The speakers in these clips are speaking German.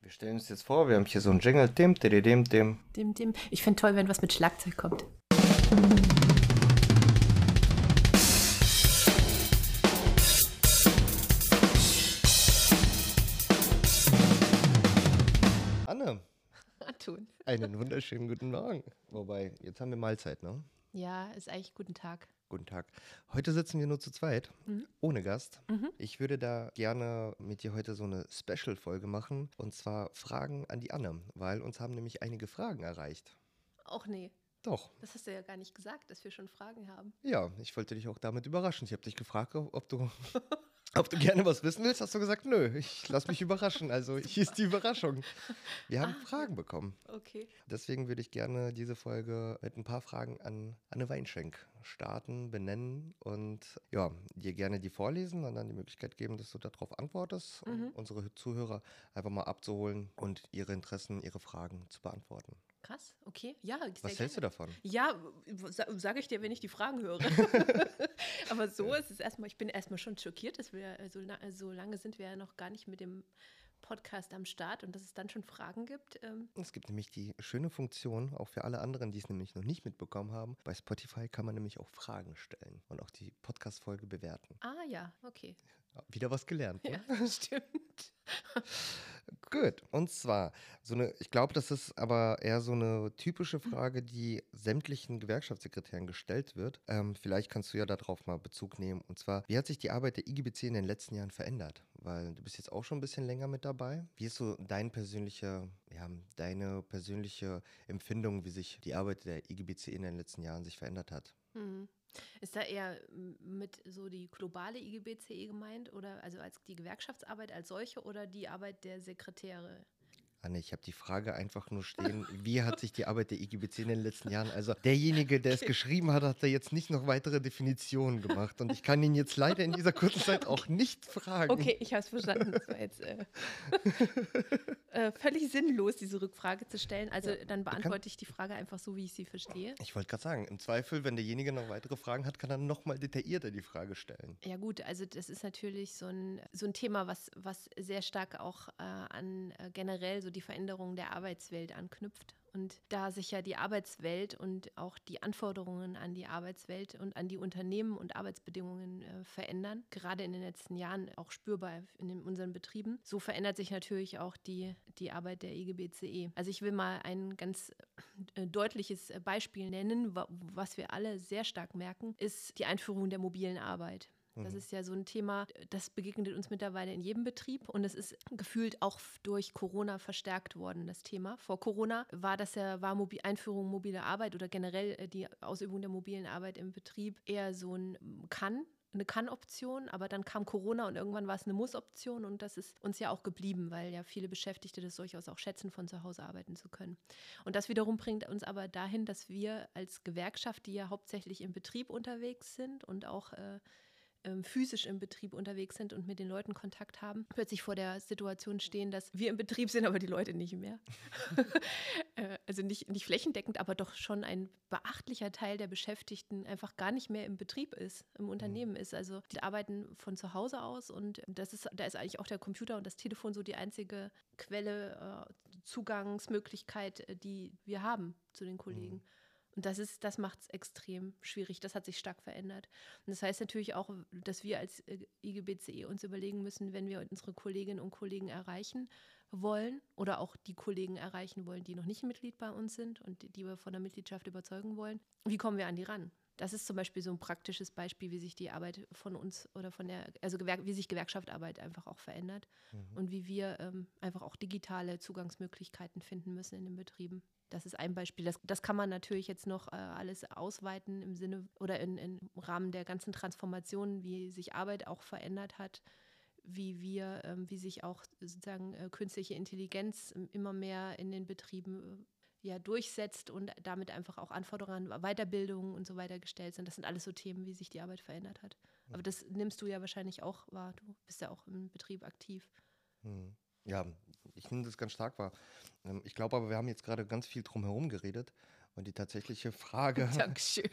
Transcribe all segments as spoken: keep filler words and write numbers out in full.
Wir stellen uns jetzt vor, wir haben hier so einen Jingle, dim, dim, dim, dim. Dim, dim. Ich finde toll, wenn was mit Schlagzeug kommt. Anne, Tun. einen wunderschönen guten Morgen. Wobei, jetzt haben wir Mahlzeit, ne? Ja, ist eigentlich guten Tag. Guten Tag. Heute sitzen wir nur zu zweit, Mhm. ohne Gast. Mhm. Ich würde da gerne mit dir heute so eine Special-Folge machen, und zwar Fragen an die Anne, weil uns haben nämlich einige Fragen erreicht. Auch nee. Doch. Das hast du ja gar nicht gesagt, dass wir schon Fragen haben. Ja, ich wollte dich auch damit überraschen. Ich habe dich gefragt, ob du, ob du gerne was wissen willst. Hast du gesagt, nö, ich lass mich überraschen. Also hier ist die Überraschung. Wir haben Ah, Fragen bekommen. Okay. Deswegen würde ich gerne diese Folge mit ein paar Fragen an Anne Weinschenk starten, benennen und ja, dir gerne die vorlesen und dann die Möglichkeit geben, dass du darauf antwortest, um Mhm. unsere Zuhörer einfach mal abzuholen und ihre Interessen, ihre Fragen zu beantworten. Krass, okay. Ja, sehr Was hältst du gerne. davon? Ja, sa sage ich dir, wenn ich die Fragen höre. Aber so ist es erstmal, ich bin erstmal schon schockiert, dass wir, äh, so, la so lange sind wir ja noch gar nicht mit dem Podcast am Start und dass es dann schon Fragen gibt. Ähm, Es gibt nämlich die schöne Funktion, auch für alle anderen, die es nämlich noch nicht mitbekommen haben. Bei Spotify kann man nämlich auch Fragen stellen und auch die Podcast-Folge bewerten. ah ja, okay. Ja, wieder was gelernt, ne? Ja, stimmt. Gut, und zwar, so eine, ich glaube, das ist aber eher so eine typische Frage, die sämtlichen Gewerkschaftssekretären gestellt wird. Ähm, vielleicht kannst du ja darauf mal Bezug nehmen. Und zwar, wie hat sich die Arbeit der I G B C in den letzten Jahren verändert? Weil du bist jetzt auch schon ein bisschen länger mit dabei. Wie ist so dein persönliche, ja, deine persönliche Empfindung, wie sich die Arbeit der I G B C in den letzten Jahren sich verändert hat? Mhm. Ist da eher m, mit so die globale I G B C E gemeint oder also als die Gewerkschaftsarbeit als solche oder die Arbeit der Sekretäre? Anne, ich habe die Frage einfach nur stehen, wie hat sich die Arbeit der I G B C in den letzten Jahren, also derjenige, der es Okay. geschrieben hat, hat da jetzt nicht noch weitere Definitionen gemacht und ich kann ihn jetzt leider in dieser kurzen Zeit auch nicht fragen. Okay, ich habe es verstanden. Das war jetzt äh, äh, völlig sinnlos, diese Rückfrage zu stellen. Also Ja, dann du kannst, beantworte ich die Frage einfach so, wie ich sie verstehe. ich wollte gerade sagen, im Zweifel, wenn derjenige noch weitere Fragen hat, kann er nochmal detaillierter die Frage stellen. Ja gut, also das ist natürlich so ein, so ein Thema, was, was sehr stark auch äh, an äh, generell so die Veränderung der Arbeitswelt anknüpft. Und da sich ja die Arbeitswelt und auch die Anforderungen an die Arbeitswelt und an die Unternehmen und Arbeitsbedingungen äh, verändern, gerade in den letzten Jahren auch spürbar in den, unseren Betrieben, so verändert sich natürlich auch die, die Arbeit der I G B C E. Also ich will mal ein ganz äh, deutliches Beispiel nennen, wa was wir alle sehr stark merken, ist die Einführung der mobilen Arbeit. Das ist ja so ein Thema, das begegnet uns mittlerweile in jedem Betrieb und es ist gefühlt auch durch Corona verstärkt worden, das Thema. Vor Corona war das ja, war Mobi Einführung mobiler Arbeit oder generell äh, die Ausübung der mobilen Arbeit im Betrieb eher so ein Kann, eine Kann-Option, aber dann kam Corona und irgendwann war es eine Muss-Option und das ist uns ja auch geblieben, weil ja viele Beschäftigte das durchaus auch schätzen, von zu Hause arbeiten zu können. Und das wiederum bringt uns aber dahin, dass wir als Gewerkschaft, die ja hauptsächlich im Betrieb unterwegs sind und auch äh, physisch im Betrieb unterwegs sind und mit den Leuten Kontakt haben, plötzlich vor der Situation stehen, dass wir im Betrieb sind, aber die Leute nicht mehr. Also nicht, nicht flächendeckend, aber doch schon ein beachtlicher Teil der Beschäftigten einfach gar nicht mehr im Betrieb ist, im Unternehmen ist. Also die arbeiten von zu Hause aus und das ist, da ist eigentlich auch der Computer und das Telefon so die einzige Quelle, äh, Zugangsmöglichkeit, äh, die wir haben zu den Kollegen. Mhm. Und das ist, das macht es extrem schwierig. Das hat sich stark verändert. Und das heißt natürlich auch, dass wir als I G B C E uns überlegen müssen, wenn wir unsere Kolleginnen und Kollegen erreichen wollen oder auch die Kollegen erreichen wollen, die noch nicht Mitglied bei uns sind und die, die wir von der Mitgliedschaft überzeugen wollen, wie kommen wir an die ran? Das ist zum Beispiel so ein praktisches Beispiel, wie sich die Arbeit von uns oder von der, also Gewerk wie sich Gewerkschaftsarbeit einfach auch verändert Mhm. und wie wir ähm, einfach auch digitale Zugangsmöglichkeiten finden müssen in den Betrieben. Das ist ein Beispiel. Das, das kann man natürlich jetzt noch äh, alles ausweiten im Sinne oder in, im Rahmen der ganzen Transformation, wie sich Arbeit auch verändert hat, wie wir, ähm, wie sich auch sozusagen äh, künstliche Intelligenz immer mehr in den Betrieben äh, ja, durchsetzt und damit einfach auch Anforderungen an Weiterbildung und so weiter gestellt sind. Das sind alles so Themen, wie sich die Arbeit verändert hat. Aber das nimmst du ja wahrscheinlich auch wahr. Du bist ja auch im Betrieb aktiv. Mhm. Ja, ich nehme das ganz stark wahr. Ähm, Ich glaube aber, wir haben jetzt gerade ganz viel drum herum geredet Und die tatsächliche Frage Dankeschön.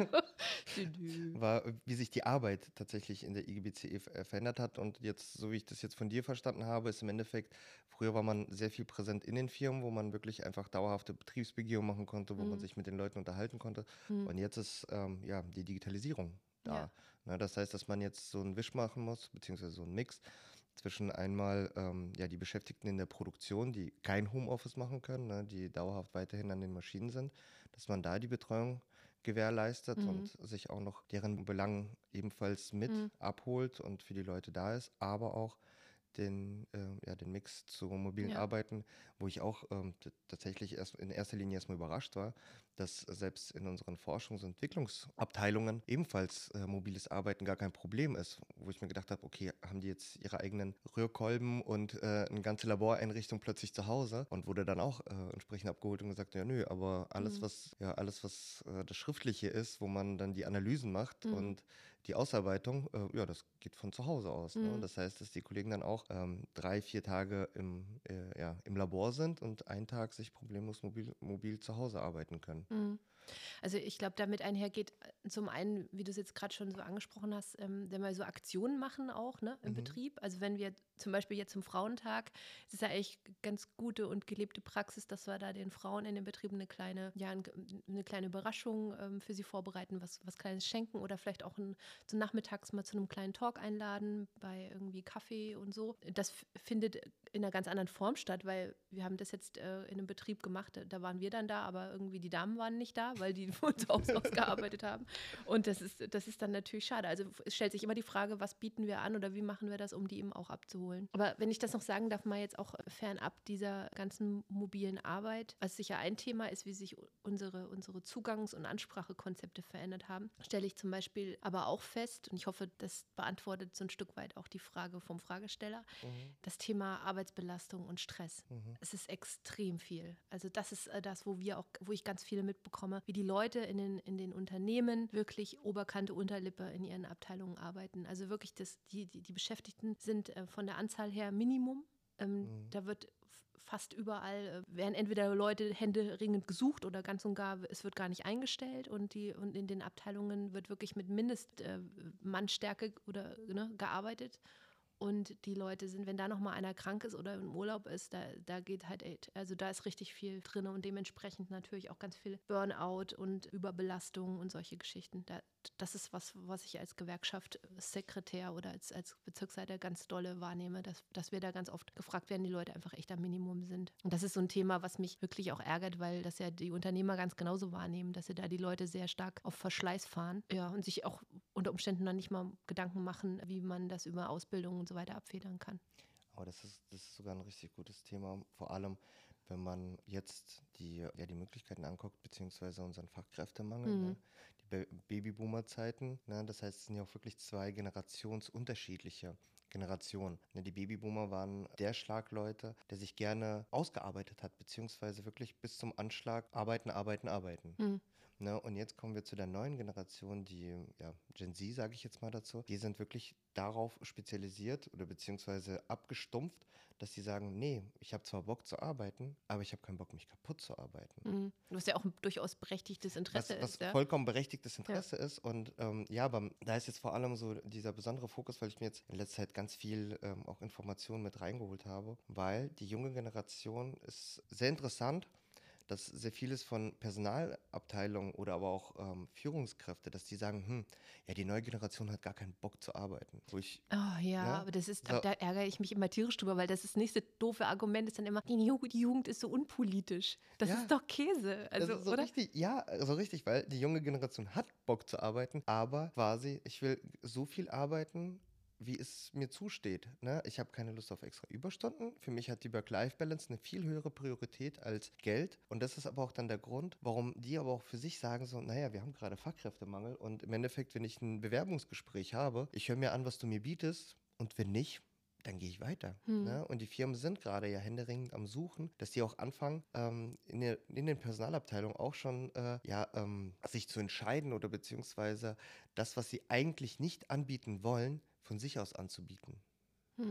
war, wie sich die Arbeit tatsächlich in der I G B C E ver- verändert hat. Und jetzt, so wie ich das jetzt von dir verstanden habe, ist im Endeffekt, früher war man sehr viel präsent in den Firmen, wo man wirklich einfach dauerhafte Betriebsbegehung machen konnte, wo man Hm, sich mit den Leuten unterhalten konnte. hm, Und jetzt ist ähm, ja die Digitalisierung ja. da. Ne, das heißt, dass man jetzt so einen Wisch machen muss, beziehungsweise so einen Mix zwischen einmal ähm, ja, die Beschäftigten in der Produktion, die kein Homeoffice machen können, ne, die dauerhaft weiterhin an den Maschinen sind, dass man da die Betreuung gewährleistet Hm, und sich auch noch deren Belangen ebenfalls mit hm, abholt und für die Leute da ist, aber auch den, äh, ja, den Mix zu mobilen ja. Arbeiten, wo ich auch ähm, t- tatsächlich erst in erster Linie erstmal überrascht war, dass selbst in unseren Forschungs- und Entwicklungsabteilungen ebenfalls äh, mobiles Arbeiten gar kein Problem ist, wo ich mir gedacht habe, okay, haben die jetzt ihre eigenen Rührkolben und äh, eine ganze Laboreinrichtung plötzlich zu Hause und wurde dann auch äh, entsprechend abgeholt und gesagt, ja nö, aber alles, Hm, was, ja, alles, was äh, das Schriftliche ist, wo man dann die Analysen macht hm, und die Ausarbeitung, äh, ja, das geht von zu Hause aus. Ne? hm, Das heißt, dass die Kollegen dann auch ähm, drei, vier Tage im, äh, ja, im Labor sind und einen Tag sich problemlos mobil, mobil zu Hause arbeiten können. hm. Also ich glaube, damit einhergeht äh, zum einen, wie du es jetzt gerade schon so angesprochen hast, ähm, wenn wir so Aktionen machen auch, ne, im Mhm. Betrieb. Also wenn wir zum Beispiel jetzt zum Frauentag, es ist ja eigentlich ganz gute und gelebte Praxis, dass wir da den Frauen in den Betrieben eine kleine, ja, ein, eine kleine Überraschung ähm, für sie vorbereiten, was, was Kleines schenken oder vielleicht auch ein, so nachmittags mal zu einem kleinen Talk einladen bei irgendwie Kaffee und so. Das f- findet in einer ganz anderen Form statt, weil wir haben das jetzt äh, in einem Betrieb gemacht, da, da waren wir dann da, aber irgendwie die Damen waren nicht da, weil die von uns aus ausgearbeitet haben. Und das ist, das ist dann natürlich schade. Also es stellt sich immer die Frage, was bieten wir an oder wie machen wir das, um die eben auch abzuholen. Aber wenn ich das noch sagen darf, mal jetzt auch fernab dieser ganzen mobilen Arbeit, was sicher ein Thema ist, wie sich unsere, unsere Zugangs- und Ansprachekonzepte verändert haben, stelle ich zum Beispiel aber auch fest, und ich hoffe, das beantwortet so ein Stück weit auch die Frage vom Fragesteller, Mhm. das Thema Arbeitsbelastung und Stress. Mhm. Es ist extrem viel. Also das ist äh, das, wo wir auch, wo ich ganz viele mitbekomme, wie die Leute in den, in den Unternehmen wirklich Oberkante, Unterlippe in ihren Abteilungen arbeiten. Also wirklich, das, die, die, die Beschäftigten sind äh, von der Anzahl her Minimum. Ähm, Mhm. da wird f- fast überall, äh, werden entweder Leute händeringend gesucht oder ganz und gar, es wird gar nicht eingestellt und, die, und in den Abteilungen wird wirklich mit Mindest-Mannstärke äh, oder ne, gearbeitet. Und die Leute sind, wenn da noch mal einer krank ist oder im Urlaub ist, da, da geht halt, also da ist richtig viel drin und dementsprechend natürlich auch ganz viel Burnout und Überbelastung und solche Geschichten. Da, das ist was, was ich als Gewerkschaftssekretär oder als, als Bezirksleiter ganz dolle wahrnehme, dass, dass wir da ganz oft gefragt werden, die Leute einfach echt am Minimum sind. Und das ist so ein Thema, was mich wirklich auch ärgert, weil das ja die Unternehmer ganz genauso wahrnehmen, dass sie da die Leute sehr stark auf Verschleiß fahren, ja, und sich auch unter Umständen dann nicht mal Gedanken machen, wie man das über Ausbildung und so weiter abfedern kann. Aber das ist, das ist sogar ein richtig gutes Thema, vor allem wenn man jetzt die, ja, die Möglichkeiten anguckt, beziehungsweise unseren Fachkräftemangel, Mhm. ne? Die Ba- Babyboomer-Zeiten, ne? Das heißt, es sind ja auch wirklich zwei generationsunterschiedliche Generationen. Ne? Die Babyboomer waren der Schlagleute, der sich gerne ausgearbeitet hat, beziehungsweise wirklich bis zum Anschlag arbeiten, arbeiten, arbeiten. Mhm. Ne, und jetzt kommen wir zu der neuen Generation, die ja, Gen Z, sage ich jetzt mal dazu. Die sind wirklich darauf spezialisiert oder beziehungsweise abgestumpft, dass sie sagen, nee, ich habe zwar Bock zu arbeiten, aber ich habe keinen Bock, mich kaputt zu arbeiten. Mhm. Was ja auch ein durchaus berechtigtes Interesse Was, was ist, ja. vollkommen berechtigtes Ja. Interesse ist. Und ähm, ja, aber da ist jetzt vor allem so dieser besondere Fokus, weil ich mir jetzt in letzter Zeit ganz viel ähm, auch Informationen mit reingeholt habe, weil die junge Generation ist sehr interessant, dass sehr vieles von Personalabteilungen oder aber auch ähm, Führungskräfte, dass die sagen, hm, ja, die neue Generation hat gar keinen Bock zu arbeiten. Wo ich, Oh ja, ne, aber das ist, aber so, da ärgere ich mich immer tierisch drüber, weil das, das nächste doofe Argument ist dann immer, die Jugend, die Jugend ist so unpolitisch. Das ist ja, doch Käse, das also, ist so oder? richtig, ja, so richtig, weil die junge Generation hat Bock zu arbeiten, aber quasi, ich will so viel arbeiten, wie es mir zusteht. Ne? Ich habe keine Lust auf extra Überstunden. Für mich hat die Work-Life-Balance eine viel höhere Priorität als Geld. Und das ist aber auch dann der Grund, warum die aber auch für sich sagen so, naja, wir haben gerade Fachkräftemangel und im Endeffekt, wenn ich ein Bewerbungsgespräch habe, ich höre mir an, was du mir bietest und wenn nicht, dann gehe ich weiter. Hm. Ne? Und die Firmen sind gerade ja händeringend am Suchen, dass die auch anfangen, ähm, in, der, in den Personalabteilungen auch schon äh, ja, ähm, sich zu entscheiden oder beziehungsweise das, was sie eigentlich nicht anbieten wollen, von sich aus anzubieten. Hm.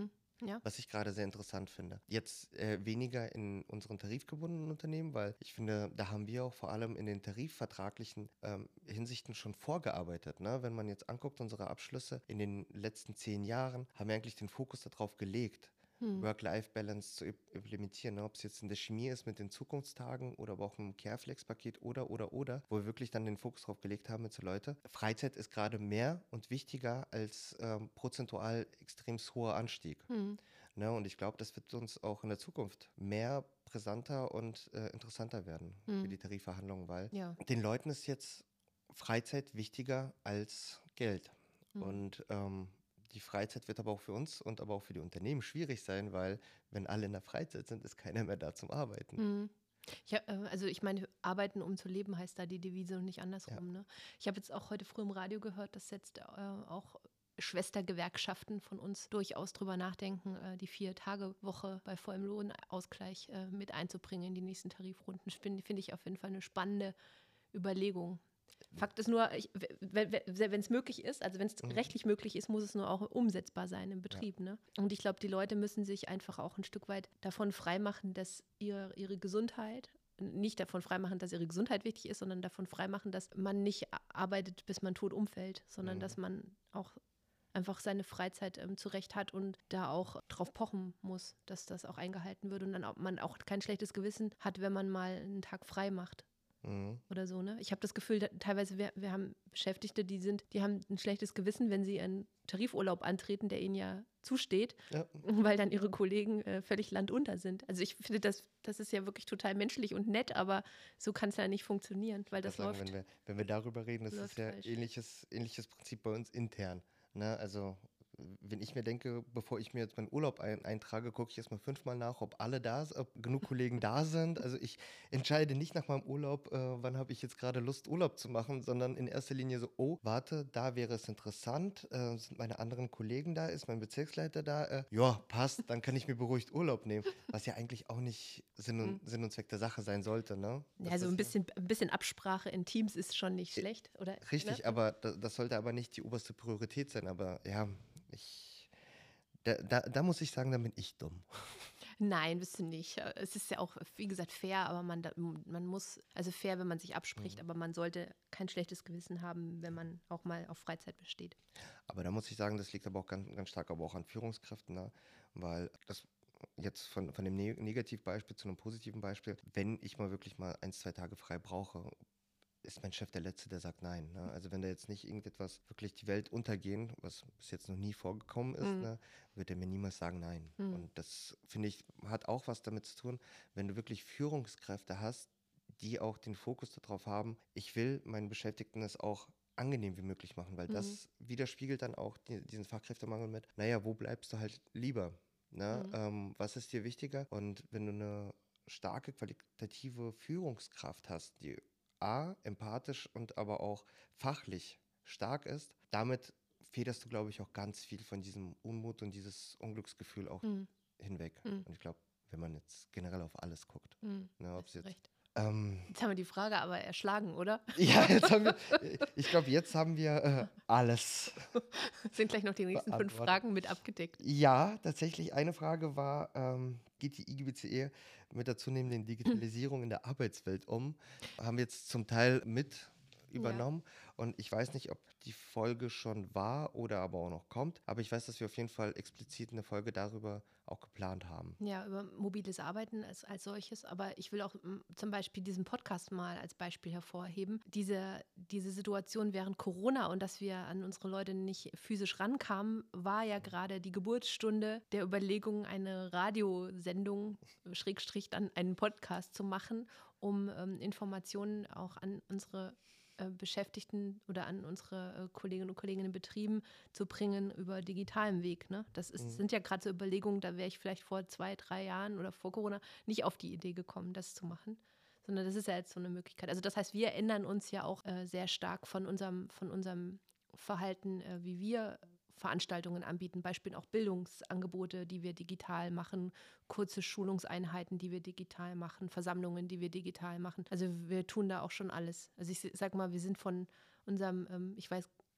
Ja. Was ich gerade sehr interessant finde. Jetzt äh, weniger in unseren tarifgebundenen Unternehmen, weil ich finde, da haben wir auch vor allem in den tarifvertraglichen ähm, Hinsichten schon vorgearbeitet. Ne? Wenn man jetzt anguckt, unsere Abschlüsse in den letzten zehn Jahren, haben wir eigentlich den Fokus darauf gelegt, Hm. Work-Life-Balance zu im- implementieren. Ne? Ob es jetzt in der Chemie ist mit den Zukunftstagen oder aber auch im Careflex-Paket oder, oder, oder, wo wir wirklich dann den Fokus drauf gelegt haben mit so Leute. Freizeit ist gerade mehr und wichtiger als ähm, prozentual extrem hoher Anstieg. Hm. Ne? Und ich glaube, das wird uns auch in der Zukunft mehr brisanter und äh, interessanter werden für Hm. die Tarifverhandlungen, weil Ja. den Leuten ist jetzt Freizeit wichtiger als Geld. Hm. Und ähm, die Freizeit wird aber auch für uns und aber auch für die Unternehmen schwierig sein, weil wenn alle in der Freizeit sind, ist keiner mehr da zum Arbeiten. Hm. Ich hab, äh, also ich meine, arbeiten um zu leben heißt da die Devise und nicht Ja. andersrum. Ne? Ich habe jetzt auch heute früh im Radio gehört, dass jetzt äh, auch Schwestergewerkschaften von uns durchaus drüber nachdenken, äh, die Vier-Tage-Woche bei vollem Lohnausgleich äh, mit einzubringen in die nächsten Tarifrunden. Finde find ich auf jeden Fall eine spannende Überlegung. Fakt ist nur, ich- w- w- wenn es möglich ist, also wenn es Mhm. rechtlich möglich ist, muss es nur auch umsetzbar sein im Betrieb. Ne? Und ich glaube, die Leute müssen sich einfach auch ein Stück weit davon freimachen, dass ihre, ihre Gesundheit, nicht davon freimachen, dass ihre Gesundheit wichtig ist, sondern davon freimachen, dass man nicht a- arbeitet, bis man tot umfällt, sondern Mhm. dass man auch einfach seine Freizeit ähm, zurecht hat und da auch drauf pochen muss, dass das auch eingehalten wird und dann auch, man auch kein schlechtes Gewissen hat, wenn man mal einen Tag frei macht Mhm. oder so, ne? Ich habe das Gefühl, da, teilweise, wir, wir haben Beschäftigte, die sind, die haben ein schlechtes Gewissen, wenn sie einen Tarifurlaub antreten, der ihnen ja zusteht, Ja. weil dann ihre Kollegen äh, völlig landunter sind. Also ich finde, das, das ist ja wirklich total menschlich und nett, aber so kann es ja nicht funktionieren, weil das Das sagen, läuft. wenn wir, wenn wir darüber reden, das ist läuft ja falsch. ähnliches, ähnliches Prinzip bei uns intern. Ne? Also, wenn ich mir denke, bevor ich mir jetzt meinen Urlaub ein, eintrage, gucke ich erstmal fünfmal nach, ob alle da sind, ob genug Kollegen da sind. Also ich entscheide nicht nach meinem Urlaub, äh, wann habe ich jetzt gerade Lust, Urlaub zu machen, sondern in erster Linie so, oh, warte, da wäre es interessant, äh, sind meine anderen Kollegen da, ist mein Bezirksleiter da? Äh, ja, passt, dann kann ich mir beruhigt Urlaub nehmen, was ja eigentlich auch nicht Sinn Hm. und, Sinn und Zweck der Sache sein sollte, ne? Ja, Dass so das ein ja- bisschen, ein bisschen Absprache in Teams ist schon nicht Äh, schlecht, oder? Richtig, Ne? aber das, das sollte aber nicht die oberste Priorität sein. Aber ja, ich, da, da, da muss ich sagen, da bin ich dumm. Nein, bist du nicht. Äh, Es ist ja auch, wie gesagt, fair, aber man, da- man muss, also fair, wenn man sich abspricht, Mhm. aber man sollte kein schlechtes Gewissen haben, wenn man auch mal auf Freizeit besteht. Aber da muss ich sagen, das liegt aber auch ganz, ganz stark aber auch an Führungskräften, ne? Weil das jetzt von, von dem Ne- Negativbeispiel zu einem positiven Beispiel, wenn ich mal wirklich mal ein, zwei Tage frei brauche, ist mein Chef der Letzte, der sagt nein. Ne? Also wenn da jetzt nicht irgendetwas wirklich die Welt untergehen, was bis jetzt noch nie vorgekommen ist, Mhm. ne, wird er mir niemals sagen nein. Mhm. Und das, finde ich, hat auch was damit zu tun, wenn du wirklich Führungskräfte hast, die auch den Fokus darauf haben, ich will meinen Beschäftigten es auch angenehm wie möglich machen, weil Mhm. das widerspiegelt dann auch die, diesen Fachkräftemangel mit, naja, wo bleibst du halt lieber? Ne? Mhm. Ähm, was ist dir wichtiger? Und wenn du eine starke qualitative Führungskraft hast, die A, empathisch und aber auch fachlich stark ist, damit federst du, glaube ich, auch ganz viel von diesem Unmut und dieses Unglücksgefühl auch Mhm. hinweg. Mhm. Und ich glaube, wenn man jetzt generell auf alles guckt, Mhm. ne, ob Hast es du jetzt recht. ähm, Jetzt haben wir die Frage aber erschlagen, oder? ja, jetzt haben wir, ich glaube, jetzt haben wir äh, alles Sind gleich noch die nächsten fünf beantwortet. Fragen mit abgedeckt. Ja, tatsächlich eine Frage war, ähm, geht die I G B C E mit der zunehmenden Digitalisierung in der Arbeitswelt um? Haben wir jetzt zum Teil mit Ja. übernommen und ich weiß nicht, ob die Folge schon war oder aber auch noch kommt, aber ich weiß, dass wir auf jeden Fall explizit eine Folge darüber auch geplant haben. Ja, über mobiles Arbeiten als, als solches. Aber ich will auch m, zum Beispiel diesen Podcast mal als Beispiel hervorheben. Diese, diese Situation während Corona und dass wir an unsere Leute nicht physisch rankamen, war ja gerade die Geburtsstunde der Überlegung, eine Radiosendung, Schrägstrich dann einen Podcast zu machen, um ähm, Informationen auch an unsere äh, Beschäftigten oder an unsere äh, Kolleginnen und Kollegen in Betrieben zu bringen über digitalem Weg. Ne? Das ist, Mhm. sind ja gerade so Überlegungen, da wäre ich vielleicht vor zwei, drei Jahren oder vor Corona nicht auf die Idee gekommen, das zu machen. Sondern das ist ja jetzt so eine Möglichkeit. Also das heißt, wir ändern uns ja auch äh, sehr stark von unserem, von unserem Verhalten, äh, wie wir Veranstaltungen anbieten, Beispiel auch Bildungsangebote, die wir digital machen, kurze Schulungseinheiten, die wir digital machen, Versammlungen, die wir digital machen. Also wir tun da auch schon alles. Also ich sag mal, wir sind von unserem, ähm, ich weiß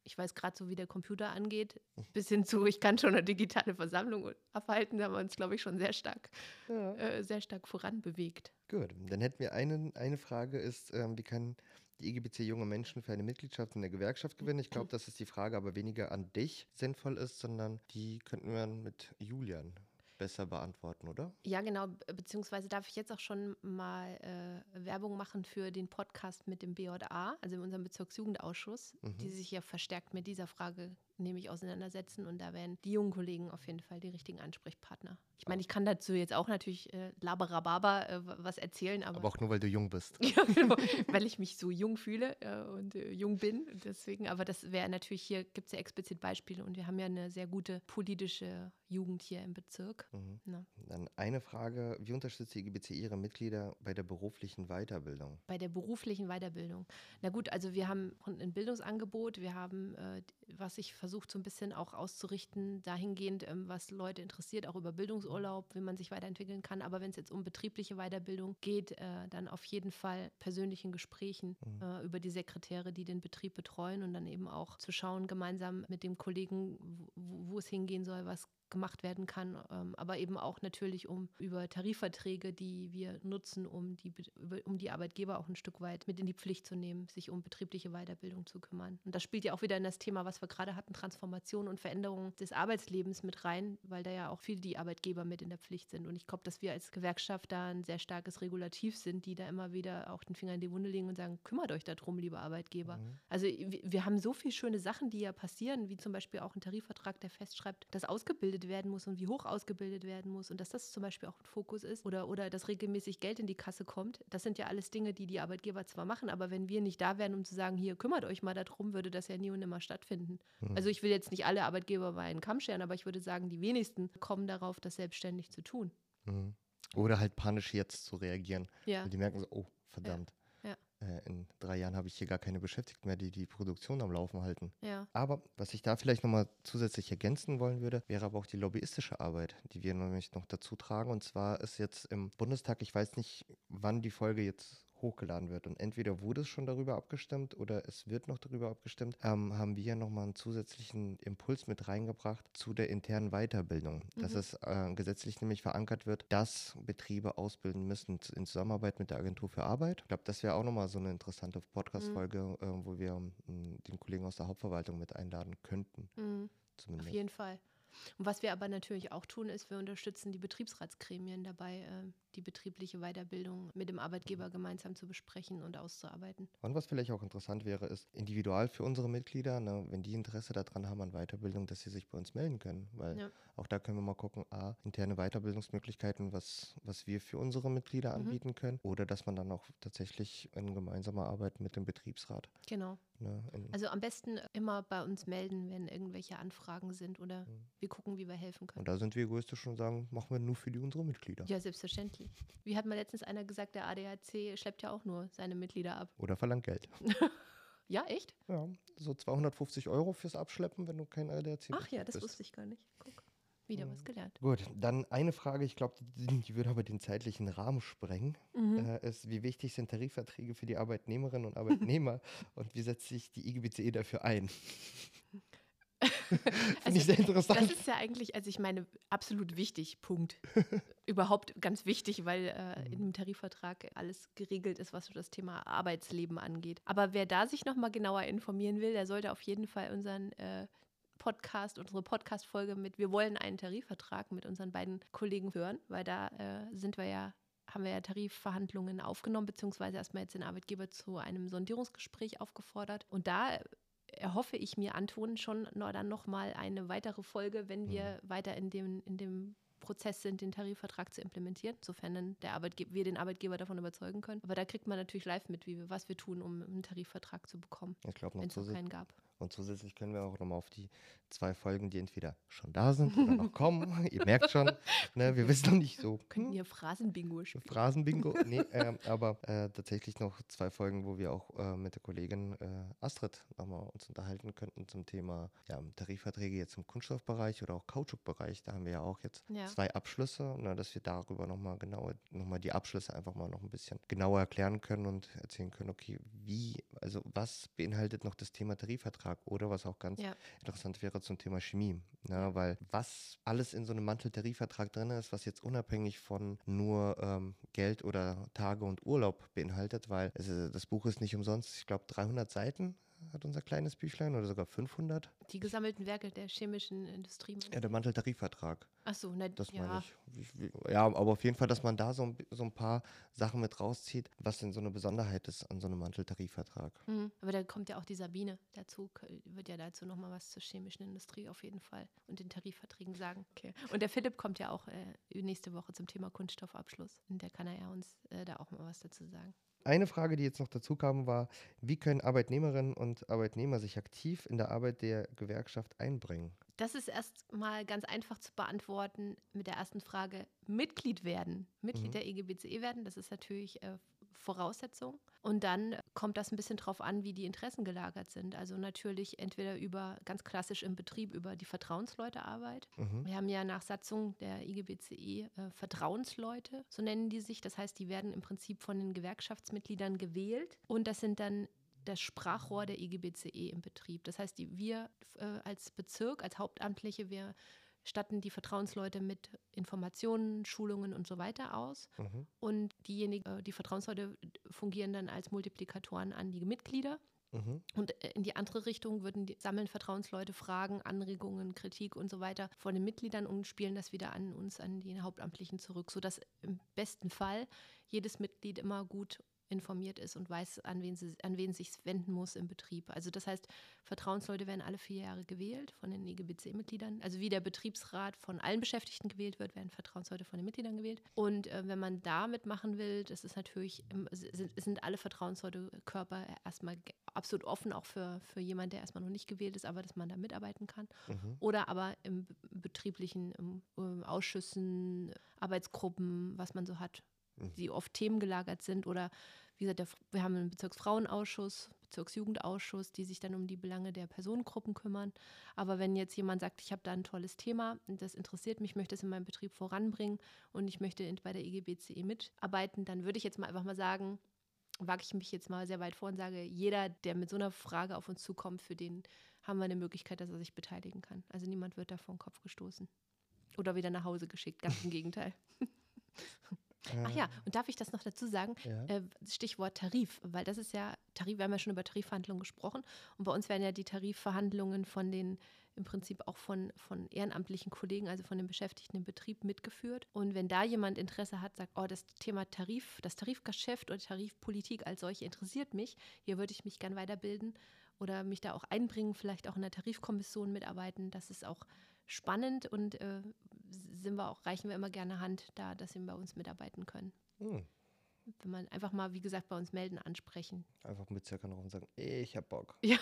ich weiß gerade so, wie der Computer angeht, bis hin zu, ich kann schon eine digitale Versammlung abhalten, da haben wir uns, glaube ich, schon sehr stark, Ja. äh, sehr stark voranbewegt. Gut, dann hätten wir eine, eine Frage ist, ähm, wie kann die I G B C junge Menschen für eine Mitgliedschaft in der Gewerkschaft gewinnen? Ich glaube, dass es die Frage aber weniger an dich sinnvoll ist, sondern die könnten wir dann mit Julian besser beantworten, oder? Ja, genau, be- beziehungsweise darf ich jetzt auch schon mal äh, Werbung machen für den Podcast mit dem B J A, also in unserem Bezirksjugendausschuss, die Mhm. sich ja verstärkt mit dieser Frage nämlich auseinandersetzen und da wären die jungen Kollegen auf jeden Fall die richtigen Ansprechpartner. Ich meine, ich kann dazu jetzt auch natürlich äh, laberababa äh, w- was erzählen, aber Aber auch nur, weil du jung bist. ja, genau, weil ich mich so jung fühle äh, und äh, jung bin. Deswegen, aber das wäre natürlich, hier gibt es ja explizit Beispiele und wir haben ja eine sehr gute politische Jugend hier im Bezirk. Mhm. Na, Dann eine Frage, wie unterstützt die I G B C ihre Mitglieder bei der beruflichen Weiterbildung? bei der beruflichen Weiterbildung. Na gut, also wir haben ein Bildungsangebot, wir haben, äh, was ich versucht so ein bisschen auch auszurichten, dahingehend, ähm, was Leute interessiert, auch über Bildungsurlaub, wie man sich weiterentwickeln kann. Aber wenn es jetzt um betriebliche Weiterbildung geht, äh, dann auf jeden Fall persönlichen Gesprächen Mhm. äh, über die Sekretäre, die den Betrieb betreuen und dann eben auch zu schauen, gemeinsam mit dem Kollegen, wo, wo es hingehen soll, was gemacht werden kann, ähm, aber eben auch natürlich um über Tarifverträge, die wir nutzen, um die, Be- über- um die Arbeitgeber auch ein Stück weit mit in die Pflicht zu nehmen, sich um betriebliche Weiterbildung zu kümmern. Und das spielt ja auch wieder in das Thema, was wir gerade hatten, Transformation und Veränderung des Arbeitslebens mit rein, weil da ja auch viele die Arbeitgeber mit in der Pflicht sind. Und ich glaube, dass wir als Gewerkschaft da ein sehr starkes Regulativ sind, die da immer wieder auch den Finger in die Wunde legen und sagen, kümmert euch darum, liebe Arbeitgeber. Mhm. Also wir, wir haben so viele schöne Sachen, die ja passieren, wie zum Beispiel auch ein Tarifvertrag, der festschreibt, dass ausgebildet werden muss und wie hoch ausgebildet werden muss und dass das zum Beispiel auch ein Fokus ist oder, oder dass regelmäßig Geld in die Kasse kommt. Das sind ja alles Dinge, die die Arbeitgeber zwar machen, aber wenn wir nicht da wären, um zu sagen, hier, kümmert euch mal darum, würde das ja nie und nimmer stattfinden. Mhm. Also ich will jetzt nicht alle Arbeitgeber bei einen Kamm scheren, aber ich würde sagen, die wenigsten kommen darauf, das selbstständig zu tun. Mhm. Oder halt panisch jetzt zu reagieren. Ja, Weil die merken so, oh, verdammt. ja, Äh, in drei Jahren habe ich hier gar keine Beschäftigten mehr, die die Produktion am Laufen halten. ja. Aber was ich da vielleicht nochmal zusätzlich ergänzen wollen würde, wäre aber auch die lobbyistische Arbeit, die wir nämlich noch dazu tragen. Und zwar ist jetzt im Bundestag, ich weiß nicht, wann die Folge jetzt hochgeladen wird. Und entweder wurde es schon darüber abgestimmt oder es wird noch darüber abgestimmt, ähm, haben wir nochmal einen zusätzlichen Impuls mit reingebracht zu der internen Weiterbildung. Dass Mhm. es äh, gesetzlich nämlich verankert wird, dass Betriebe ausbilden müssen z- in Zusammenarbeit mit der Agentur für Arbeit. Ich glaube, das wäre auch nochmal so eine interessante Podcast-Folge, äh, wo wir ähm, den Kollegen aus der Hauptverwaltung mit einladen könnten. Mhm. Auf Zumindest. jeden Fall. Und was wir aber natürlich auch tun, ist, wir unterstützen die Betriebsratsgremien dabei, äh, die betriebliche Weiterbildung mit dem Arbeitgeber gemeinsam zu besprechen und auszuarbeiten. Und was vielleicht auch interessant wäre, ist individual für unsere Mitglieder, ne, wenn die Interesse daran haben an Weiterbildung, dass sie sich bei uns melden können. Weil Ja. auch da können wir mal gucken, a, interne Weiterbildungsmöglichkeiten, was, was wir für unsere Mitglieder Mhm. anbieten können. Oder dass man dann auch tatsächlich in gemeinsamer Arbeit mit dem Betriebsrat. Genau. Ne, in, Also am besten immer bei uns melden, wenn irgendwelche Anfragen sind oder Mhm. wir gucken, wie wir helfen können. und da sind wir egoistisch und sagen, machen wir nur für die unsere Mitglieder. Ja, selbstverständlich. Wie hat mal letztens einer gesagt, der A D A C schleppt ja auch nur seine Mitglieder ab. Oder verlangt Geld. Ja, echt? Ja, so zweihundertfünfzig Euro fürs Abschleppen, wenn du kein A D A C Ach ja, das bist. wusste ich gar nicht. Guck, wieder Mhm. was gelernt. Gut, dann eine Frage, ich glaube, die, die würde aber den zeitlichen Rahmen sprengen, Mhm. äh, ist, wie wichtig sind Tarifverträge für die Arbeitnehmerinnen und Arbeitnehmer und wie setzt sich die I G B C E dafür ein? Finde Also, ich sehr Das interessant. ist ja eigentlich, also ich meine, absolut wichtig, Punkt. Überhaupt ganz wichtig, weil äh, in Mhm. dem Tarifvertrag alles geregelt ist, was so das Thema Arbeitsleben angeht. Aber wer da sich nochmal genauer informieren will, der sollte auf jeden Fall unseren äh, Podcast, unsere Podcast-Folge mit Wir wollen einen Tarifvertrag mit unseren beiden Kollegen hören, weil da äh, sind wir ja haben wir ja Tarifverhandlungen aufgenommen, beziehungsweise erstmal jetzt den Arbeitgeber zu einem Sondierungsgespräch aufgefordert. Und da erhoffe ich mir, Anton, schon noch, dann nochmal eine weitere Folge, wenn wir weiter in dem, in dem Prozess sind, den Tarifvertrag zu implementieren, sofern dann der Arbeitge- wir den Arbeitgeber davon überzeugen können. Aber da kriegt man natürlich live mit, wie wir, was wir tun, um einen Tarifvertrag zu bekommen, Ich glaube, noch wenn es noch zusätzlich. keinen gab. Und zusätzlich können wir auch nochmal auf die zwei Folgen, die entweder schon da sind oder noch kommen. Ihr merkt schon, ne, wir wissen noch nicht so. Könnten hm, hier Phrasenbingo spielen. Phrasenbingo. Nee, ähm, aber äh, tatsächlich noch zwei Folgen, wo wir auch äh, mit der Kollegin äh, Astrid nochmal uns unterhalten könnten zum Thema ja, Tarifverträge jetzt im Kunststoffbereich oder auch Kautschukbereich. Da haben wir ja auch jetzt Ja. zwei Abschlüsse, ne, dass wir darüber nochmal genau, nochmal die Abschlüsse einfach mal noch ein bisschen genauer erklären können und erzählen können, okay, wie, also was beinhaltet noch das Thema Tarifvertrag Manteltarifvertrag oder was auch ganz Ja. interessant wäre zum Thema Chemie. Ne? Ja. Weil was alles in so einem Manteltarifvertrag drin ist, was jetzt unabhängig von nur ähm, Geld oder Tage und Urlaub beinhaltet, weil es, ist- das Buch ist nicht umsonst, ich glaube dreihundert Seiten hat unser kleines Büchlein oder sogar fünfhundert. Die gesammelten Werke der chemischen Industrie. Ja, der Manteltarifvertrag. Ach so, na, Das meine ja. ich. Wie, wie, ja, aber auf jeden Fall, dass man da so ein, bi- so ein paar Sachen mit rauszieht, was denn so eine Besonderheit ist an so einem Manteltarifvertrag. Mhm. Aber da kommt ja auch die Sabine dazu, k- wird ja dazu nochmal was zur chemischen Industrie auf jeden Fall und den Tarifverträgen sagen. Okay. Und der Philipp kommt ja auch äh, nächste Woche zum Thema Kunststoffabschluss. Und der kann ja uns äh, da auch mal was dazu sagen. Eine Frage, die jetzt noch dazu kam, war, wie können Arbeitnehmerinnen und Arbeitnehmer sich aktiv in der Arbeit der Gewerkschaft einbringen? Das ist erst mal ganz einfach zu beantworten mit der ersten Frage: Mitglied werden. Mitglied Mhm. der I G B C E werden, das ist natürlich äh, Voraussetzung. Und dann kommt das ein bisschen drauf an, wie die Interessen gelagert sind. Also natürlich entweder über, ganz klassisch im Betrieb, über die Vertrauensleutearbeit. Mhm. Wir haben ja nach Satzung der I G B C E äh, Vertrauensleute, so nennen die sich. Das heißt, die werden im Prinzip von den Gewerkschaftsmitgliedern gewählt. Und das sind dann das Sprachrohr der I G B C E im Betrieb. Das heißt, die, wir äh, als Bezirk, als Hauptamtliche, wir statten die Vertrauensleute mit Informationen, Schulungen und so weiter aus. Mhm. Und diejenigen, äh, die Vertrauensleute fungieren dann als Multiplikatoren an die Mitglieder. Mhm. Und äh, in die andere Richtung würden die, sammeln Vertrauensleute Fragen, Anregungen, Kritik und so weiter von den Mitgliedern und spielen das wieder an uns, an die Hauptamtlichen zurück, sodass im besten Fall jedes Mitglied immer gut informiert ist und weiß, an wen sie, an wen sich wenden muss im Betrieb. Also das heißt, Vertrauensleute werden alle vier Jahre gewählt von den I G B C E-Mitgliedern. Also wie der Betriebsrat von allen Beschäftigten gewählt wird, werden Vertrauensleute von den Mitgliedern gewählt. Und äh, wenn man da mitmachen will, das ist natürlich, ähm, sind, sind alle Vertrauensleute Körper erstmal ge- absolut offen, auch für, für jemanden, der erstmal noch nicht gewählt ist, aber dass man da mitarbeiten kann. Mhm. Oder aber im be- betrieblichen im, im Ausschüssen, Arbeitsgruppen, was man so hat, Mhm. die oft themengelagert sind. Oder wie gesagt, der, wir haben einen Bezirksfrauenausschuss, Bezirksjugendausschuss, die sich dann um die Belange der Personengruppen kümmern. Aber wenn jetzt jemand sagt, ich habe da ein tolles Thema, das interessiert mich, ich möchte es in meinem Betrieb voranbringen und ich möchte in, bei der I G B C E mitarbeiten, dann würde ich jetzt mal einfach mal sagen, wage ich mich jetzt mal sehr weit vor und sage, jeder, der mit so einer Frage auf uns zukommt, für den haben wir eine Möglichkeit, dass er sich beteiligen kann. Also niemand wird da vor den Kopf gestoßen oder wieder nach Hause geschickt, ganz im Gegenteil. Ach ja, und darf ich das noch dazu sagen? Ja. Äh, Stichwort Tarif, weil das ist ja, Tarif, wir haben ja schon über Tarifverhandlungen gesprochen und bei uns werden ja die Tarifverhandlungen von den, im Prinzip auch von, von ehrenamtlichen Kollegen, also von den Beschäftigten im Betrieb mitgeführt. Und wenn da jemand Interesse hat, sagt, oh, das Thema Tarif, das Tarifgeschäft oder Tarifpolitik als solche interessiert mich, hier würde ich mich gern weiterbilden oder mich da auch einbringen, vielleicht auch in der Tarifkommission mitarbeiten, das ist auch spannend und äh, sind wir auch, reichen wir immer gerne Hand da, dass sie bei uns mitarbeiten können. Mhm. Wenn man einfach mal, wie gesagt, bei uns melden, ansprechen. Einfach mit circa noch und sagen, ich hab Bock. Ja,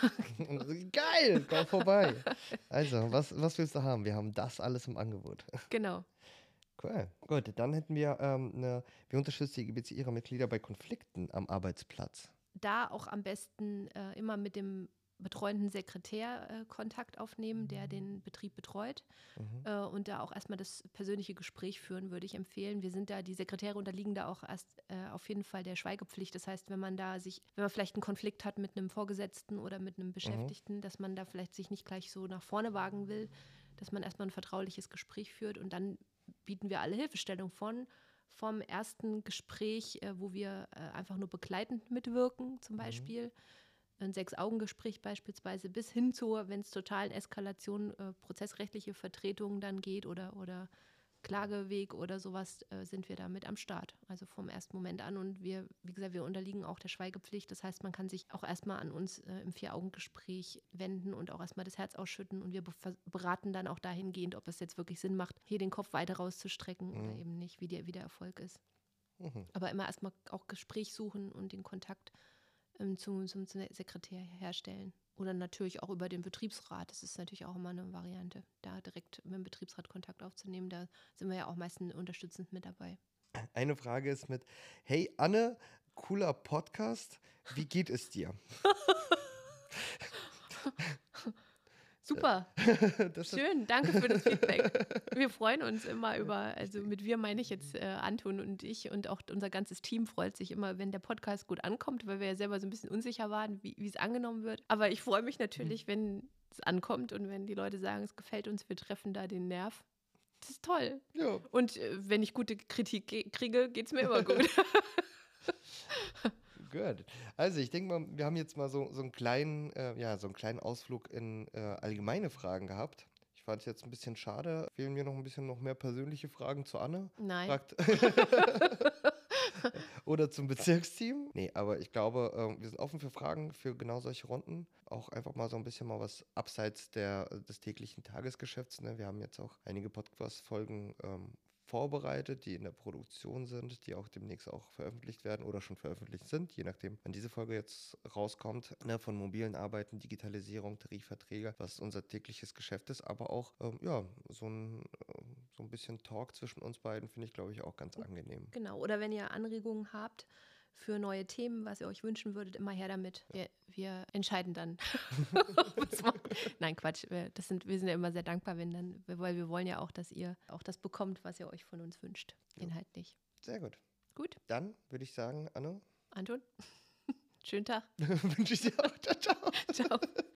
Geil, komm vorbei. Also, was, was willst du haben? Wir haben das alles im Angebot. genau. Cool. Gut, dann hätten wir ähm, eine, wie unterstützt die I G B C ihre Mitglieder bei Konflikten am Arbeitsplatz? Da auch am besten äh, immer mit dem betreuenden Sekretär äh, Kontakt aufnehmen, der den Betrieb betreut Mhm. äh, und da auch erstmal das persönliche Gespräch führen, würde ich empfehlen. Wir sind da, die Sekretäre unterliegen da auch erst äh, auf jeden Fall der Schweigepflicht. Das heißt, wenn man da sich, wenn man vielleicht einen Konflikt hat mit einem Vorgesetzten oder mit einem Beschäftigten, dass man da vielleicht sich nicht gleich so nach vorne wagen will, dass man erstmal ein vertrauliches Gespräch führt und dann bieten wir alle Hilfestellung von. Vom ersten Gespräch, äh, wo wir äh, einfach nur begleitend mitwirken, zum Beispiel, ein Sechs-Augen-Gespräch beispielsweise, bis hin zu, wenn es totalen Eskalation, äh, prozessrechtliche Vertretung dann geht oder, oder Klageweg oder sowas, äh, sind wir da mit am Start. Also vom ersten Moment an. Und wir, wie gesagt, wir unterliegen auch der Schweigepflicht. Das heißt, man kann sich auch erstmal an uns äh, im Vier-Augen-Gespräch wenden und auch erstmal das Herz ausschütten. Und wir be- beraten dann auch dahingehend, ob es jetzt wirklich Sinn macht, hier den Kopf weiter rauszustrecken Mhm. oder eben nicht, wie der, wie der Erfolg ist. Mhm. Aber immer erstmal auch Gespräch suchen und den Kontakt ähm, zum, zum Sekretär herstellen. Oder natürlich auch über den Betriebsrat. Das ist natürlich auch immer eine Variante, da direkt mit dem Betriebsrat Kontakt aufzunehmen. Da sind wir ja auch meistens unterstützend mit dabei. Eine Frage ist mit, hey Anne, cooler Podcast, wie geht es dir? Super. Das ist Schön, danke für das Feedback. Wir freuen uns immer über, also mit wir meine ich jetzt äh, Anton und ich und auch unser ganzes Team freut sich immer, wenn der Podcast gut ankommt, weil wir ja selber so ein bisschen unsicher waren, wie wie es angenommen wird. Aber ich freue mich natürlich, wenn es ankommt und wenn die Leute sagen, es gefällt uns, wir treffen da den Nerv. Das ist toll. ja. Und äh, wenn ich gute Kritik ge kriege, geht es mir immer gut. Gut. Also ich denke mal, wir haben jetzt mal so, so einen kleinen, äh, ja, so einen kleinen Ausflug in äh, allgemeine Fragen gehabt. Ich fand es jetzt ein bisschen schade. Fehlen mir noch ein bisschen noch mehr persönliche Fragen zu Anne. Nein. Fragt oder zum Bezirksteam. Nee, aber ich glaube, ähm, wir sind offen für Fragen, für genau solche Runden. Auch einfach mal so ein bisschen mal was abseits der, des täglichen Tagesgeschäfts. Ne? Wir haben jetzt auch einige Podcast-Folgen ähm, vorbereitet, die in der Produktion sind, die auch demnächst auch veröffentlicht werden oder schon veröffentlicht sind, je nachdem, wann diese Folge jetzt rauskommt, ne, von mobilen Arbeiten, Digitalisierung, Tarifverträge, was unser tägliches Geschäft ist, aber auch, ähm, ja, so ein, äh, so ein bisschen Talk zwischen uns beiden finde ich, glaube ich, auch ganz angenehm. Genau. Oder wenn ihr Anregungen habt für neue Themen, was ihr euch wünschen würdet, immer her damit. Wir, wir entscheiden dann. Was wir- Nein, Quatsch. Wir, das sind, wir sind ja immer sehr dankbar, wenn dann, weil wir wollen ja auch, dass ihr auch das bekommt, was ihr euch von uns wünscht. Ja. Inhaltlich. Sehr gut. Gut, Dann würde ich sagen, Anne, Anton, schönen Tag. wünsche ich dir auch. Ciao, ciao. Ciao.